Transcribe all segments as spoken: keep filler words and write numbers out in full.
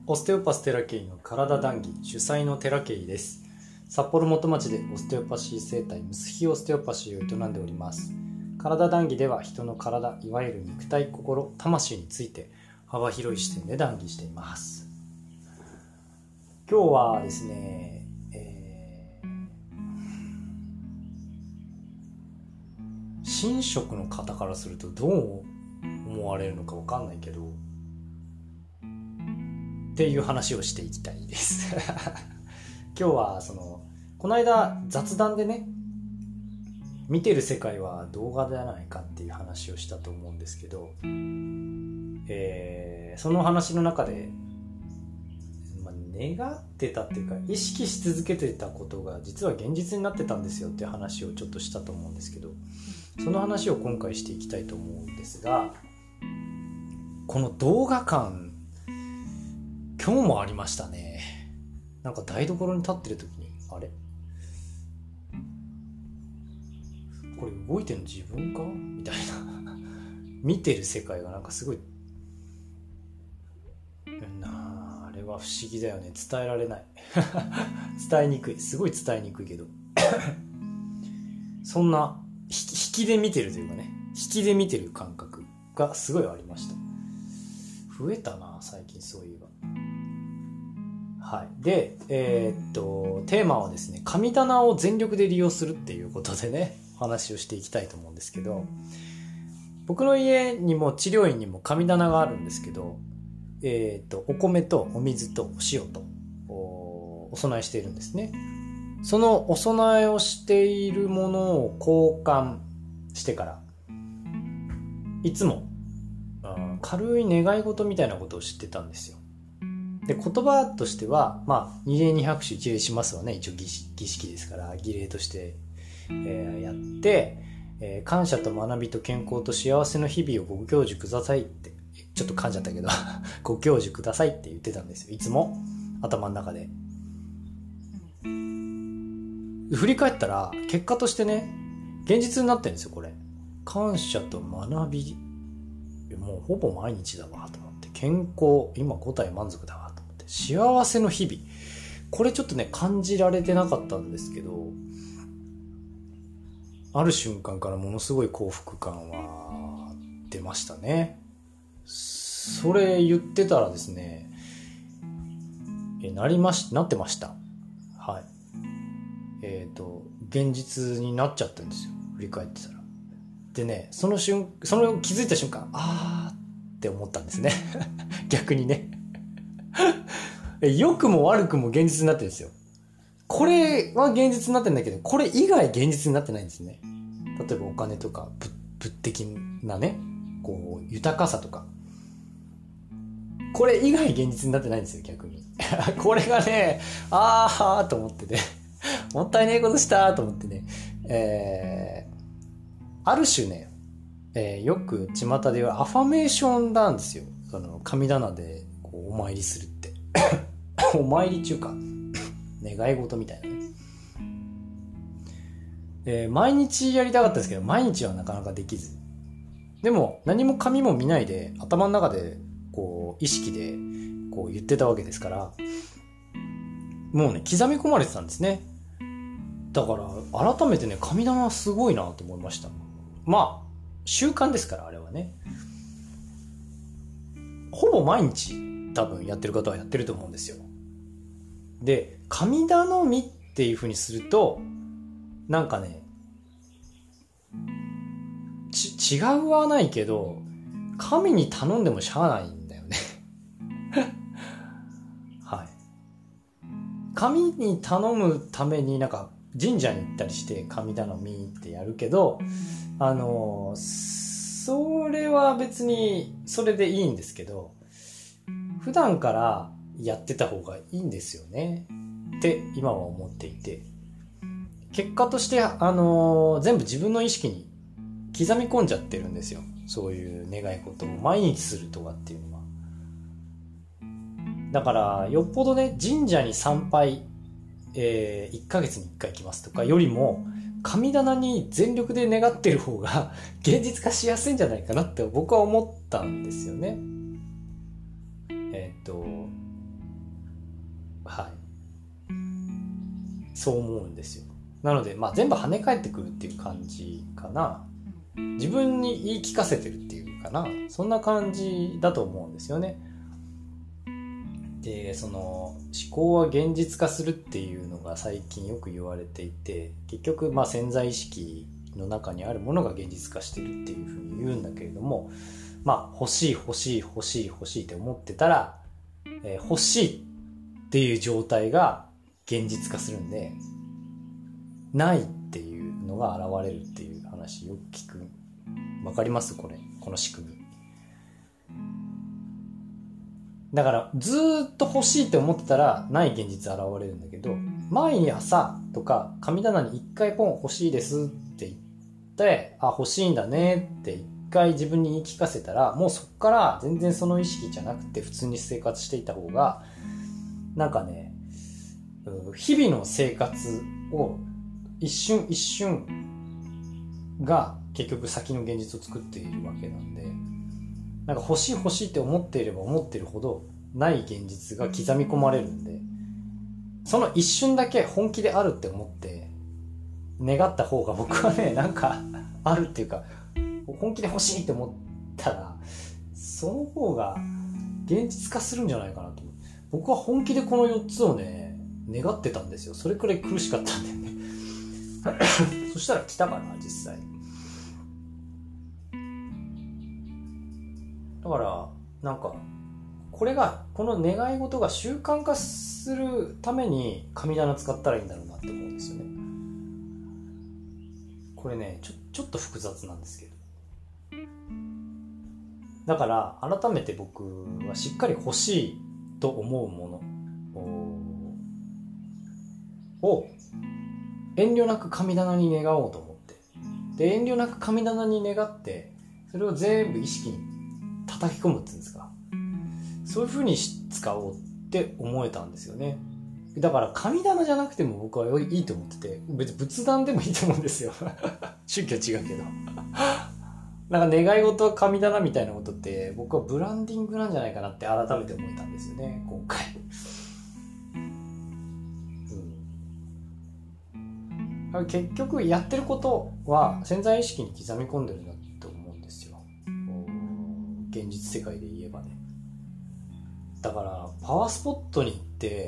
オステオパステラケイの体談義主催のテラケイです。札幌元町でオステオパシー生態ムスヒオステオパシーを営んでおります。体談義では人の体、いわゆる肉体、心、魂について幅広い視点で談義しています。今日はですね、えー、神職の方からするとどう思われるのか分かんないけどっていう話をしていきたいです今日はそのこの間雑談でね、見てる世界は動画ではないかっていう話をしたと思うんですけど、えー、その話の中で、まあ、願ってたっていうか意識し続けてたことが実は現実になってたんですよっていう話をちょっとしたと思うんですけど、その話を今回していきたいと思うんですが、この動画館今日もありましたね。なんか台所に立ってる時にあれこれ動いてるの自分かみたいな見てる世界がなんかすごいなあ、あれは不思議だよね。伝えられない伝えにくい、すごい伝えにくいけどそんな引きで見てるというかね、引きで見てる感覚がすごいありました。増えたな最近そういえば。はい、で、えー、っとテーマはですね、神棚を全力で利用するっていうことでね、話をしていきたいと思うんですけど、僕の家にも治療院にも神棚があるんですけど、えー、っとお米とお水とお塩と お, お供えしているんですね。そのお供えをしているものを交換してからいつも、うん、軽い願い事みたいなことを知ってたんですよ。で、言葉としては、まあ、二礼二拍手一礼しますわね。一応儀式ですから、儀礼として、えー、やって、えー、感謝と学びと健康と幸せの日々をご教授くださいって、ちょっと噛んじゃったけど、ご教授くださいって言ってたんですよ。いつも、頭の中で。振り返ったら、結果としてね、現実になってるんですよ、これ。感謝と学び、もうほぼ毎日だわ、と思って。健康、今ご体満足だわ。幸せの日々、これちょっとね感じられてなかったんですけど、ある瞬間からものすごい幸福感は出ましたね。それ言ってたらですね、えなりましなってました。はい。えっと現実になっちゃったんですよ、振り返ってたら。でね、その瞬その気づいた瞬間、あーって思ったんですね逆にね良くも悪くも現実になってるんですよ。これは現実になってるんだけど、これ以外現実になってないんですね。例えばお金とか物的なね、こう豊かさとか、これ以外現実になってないんですよ、逆にこれがね、あーと思ってねもったいねえことしたと思ってね、えー、ある種ね、えー、よく巷で言うアファメーションなんですよ。その神棚でこうお参りするってお参り中か願い事みたいなね、えー、毎日やりたかったですけど毎日はなかなかできず、でも何も紙も見ないで頭の中でこう意識でこう言ってたわけですから、もうね刻み込まれてたんですね。だから改めてね、神棚はすごいなと思いました。まあ習慣ですから、あれはねほぼ毎日多分やってる方はやってると思うんですよ。で、神頼みっていう風にするとなんかね、ち違うはないけど神に頼んでもしゃあないんだよねはい。神に頼むためになんか神社に行ったりして神頼みってやるけど、あのそれは別にそれでいいんですけど、普段からやってた方がいいんですよねって今は思っていて、結果としてあの全部自分の意識に刻み込んじゃってるんですよ、そういう願い事を毎日するとかっていうのは。だからよっぽどね、神社に参拝、えー、いっかげつにいっかい行きますとかよりも神棚に全力で願ってる方が現実化しやすいんじゃないかなって僕は思ったんですよね。えー、っとはい、そう思うんですよ。なので、まあ、全部跳ね返ってくるっていう感じかな。自分に言い聞かせてるっていうかな、そんな感じだと思うんですよね。で、その思考は現実化するっていうのが最近よく言われていて、結局まあ潜在意識の中にあるものが現実化してるっていうふうに言うんだけれども、まあ欲しい欲しい欲しい欲しいって思ってたら、えー、欲しいっていう状態が現実化するんで、ないっていうのが現れるっていう話よく聞く。わかります？これ、この仕組み。だからずーっと欲しいって思ってたらない現実現れるんだけど、毎朝とか神棚に一回ポン欲しいですって言って、あ、欲しいんだねって一回自分に言い聞かせたら、もうそっから全然その意識じゃなくて普通に生活していた方が、なんかね、日々の生活を一瞬一瞬が結局先の現実を作っているわけなんで、なんか欲しい欲しいって思っていれば思っているほどない現実が刻み込まれるんで、その一瞬だけ本気であるって思って願った方が僕はね、なんかあるっていうか、本気で欲しいって思ったらその方が現実化するんじゃないかなと。僕は本気でこのよっつをね願ってたんですよ。それくらい苦しかったんだよねそしたら来たかな、実際。だからなんかこれが、この願い事が習慣化するために神棚使ったらいいんだろうなって思うんですよね。これね、ちょ、ちょっと複雑なんですけど、だから改めて僕はしっかり欲しいと思うものを遠慮なく神棚に願おうと思って、で遠慮なく神棚に願って、それを全部意識に叩き込むっていうんですか、そういう風に使おうって思えたんですよね。だから神棚じゃなくても僕はいいと思ってて、別に仏壇でもいいと思うんですよ宗教違うけどなんか願い事は神棚みたいなことって僕はブランディングなんじゃないかなって改めて思えたんですよね、今回、うん、結局やってることは潜在意識に刻み込んでるなと思うんですよ、現実世界で言えばね。だからパワースポットに行って、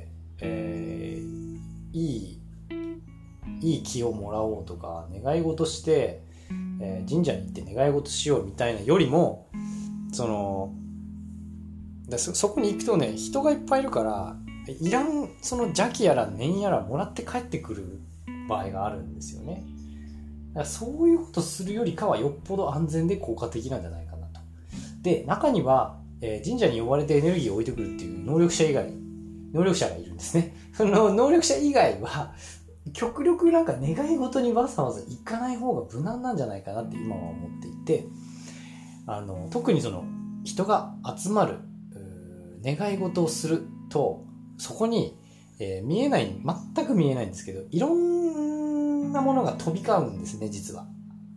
えー、いいいい気をもらおうとか願い事して、えー、神社に行って願い事しようみたいなよりも、そのだ そ, そこに行くとね、人がいっぱいいるから、いらんその邪気やら念やらもらって帰ってくる場合があるんですよね。だからそういうことするよりかはよっぽど安全で効果的なんじゃないかなと。で、中にはえー、神社に呼ばれてエネルギーを置いてくるっていう能力者以外、能力者がいるんですね。その能力者以外は、極力なんか願い事にわざわざ行かない方が無難なんじゃないかなって今は思っていて、あの、特にその人が集まる、願い事をすると、そこに、えー、見えない、全く見えないんですけど、いろんなものが飛び交うんですね、実は。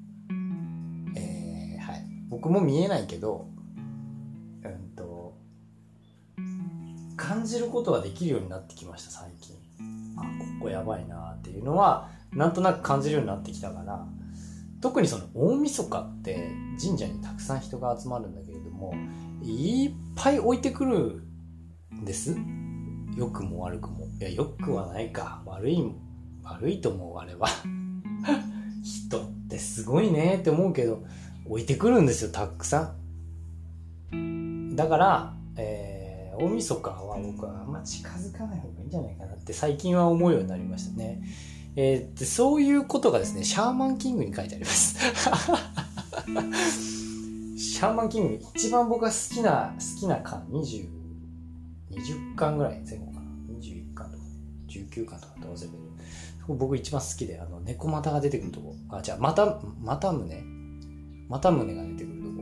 えー、はい。僕も見えないけど、感じることができるようになってきました最近。あ、ここやばいなっていうのはなんとなく感じるようになってきたから、特にその大晦日って神社にたくさん人が集まるんだけれども、いっぱい置いてくるんです。良くも悪くも。いや、良くはないか、悪い悪いと思う、あれは人ってすごいねって思うけど、置いてくるんですよ、たくさん。だから、えー大晦日は僕はあんま近づかない方がいいんじゃないかなって最近は思うようになりましたね。えー、でそういうことがですね、シャーマンキングに書いてありますシャーマンキング一番僕が好きな好きな巻にじゅう、にじゅっかんぐらい前後かな、にじゅういっかんとかじゅうきゅうかんとかって忘れてる。僕一番好きで、あの猫股が出てくるとこ、あ、じゃあまたまた胸また胸が出てくるとこ、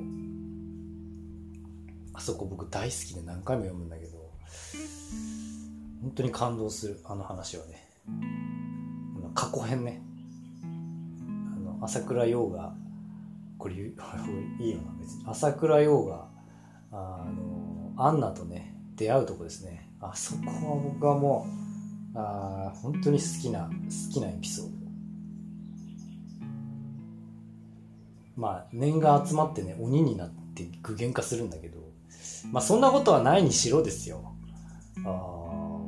あそこ僕大好きで何回も読むんだけど、本当に感動する、あの話はね。過去編ね。あの朝倉陽がこれいいよな、別に朝倉陽があのアンナとね出会うとこですね。 あそこは僕はもうあ本当に好きな好きなエピソード。まあ念が集まってね鬼になって具現化するんだけど、まあそんなことはないにしろですよ。あ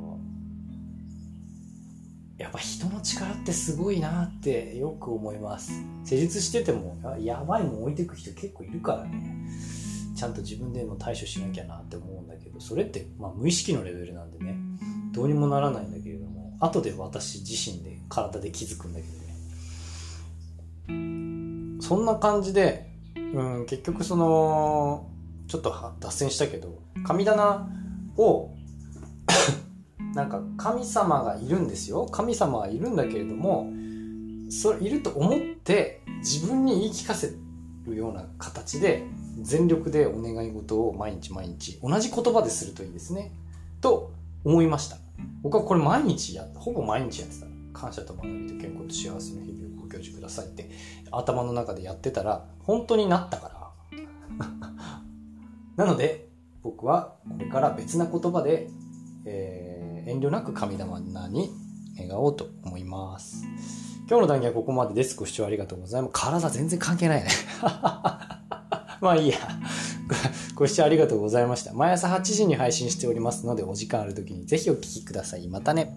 やっぱ人の力ってすごいなってよく思います。施術しててもやばいもん置いてく人結構いるからね、ちゃんと自分でも対処しなきゃなって思うんだけど、それってまあ無意識のレベルなんでねどうにもならないんだけれども、後で私自身で体で気づくんだけどね。そんな感じで、うん、結局そのちょっと脱線したけど神棚をなんか神様がいるんですよ。神様がいるんだけれども、それいると思って自分に言い聞かせるような形で全力でお願い事を毎日毎日同じ言葉でするといいですねと思いました。僕はこれ毎日やほぼ毎日やってた。感謝と学びと健康と幸せの日々をご教授くださいって頭の中でやってたら本当になったからなので僕はこれから別な言葉で、えー遠慮なく神棚に願おうと思います。今日の談義はここまでです。ご視聴ありがとうございます。体全然関係ないねまあいいやご視聴ありがとうございました。毎朝はちじに配信しておりますので、お時間ある時にぜひお聞きください。またね。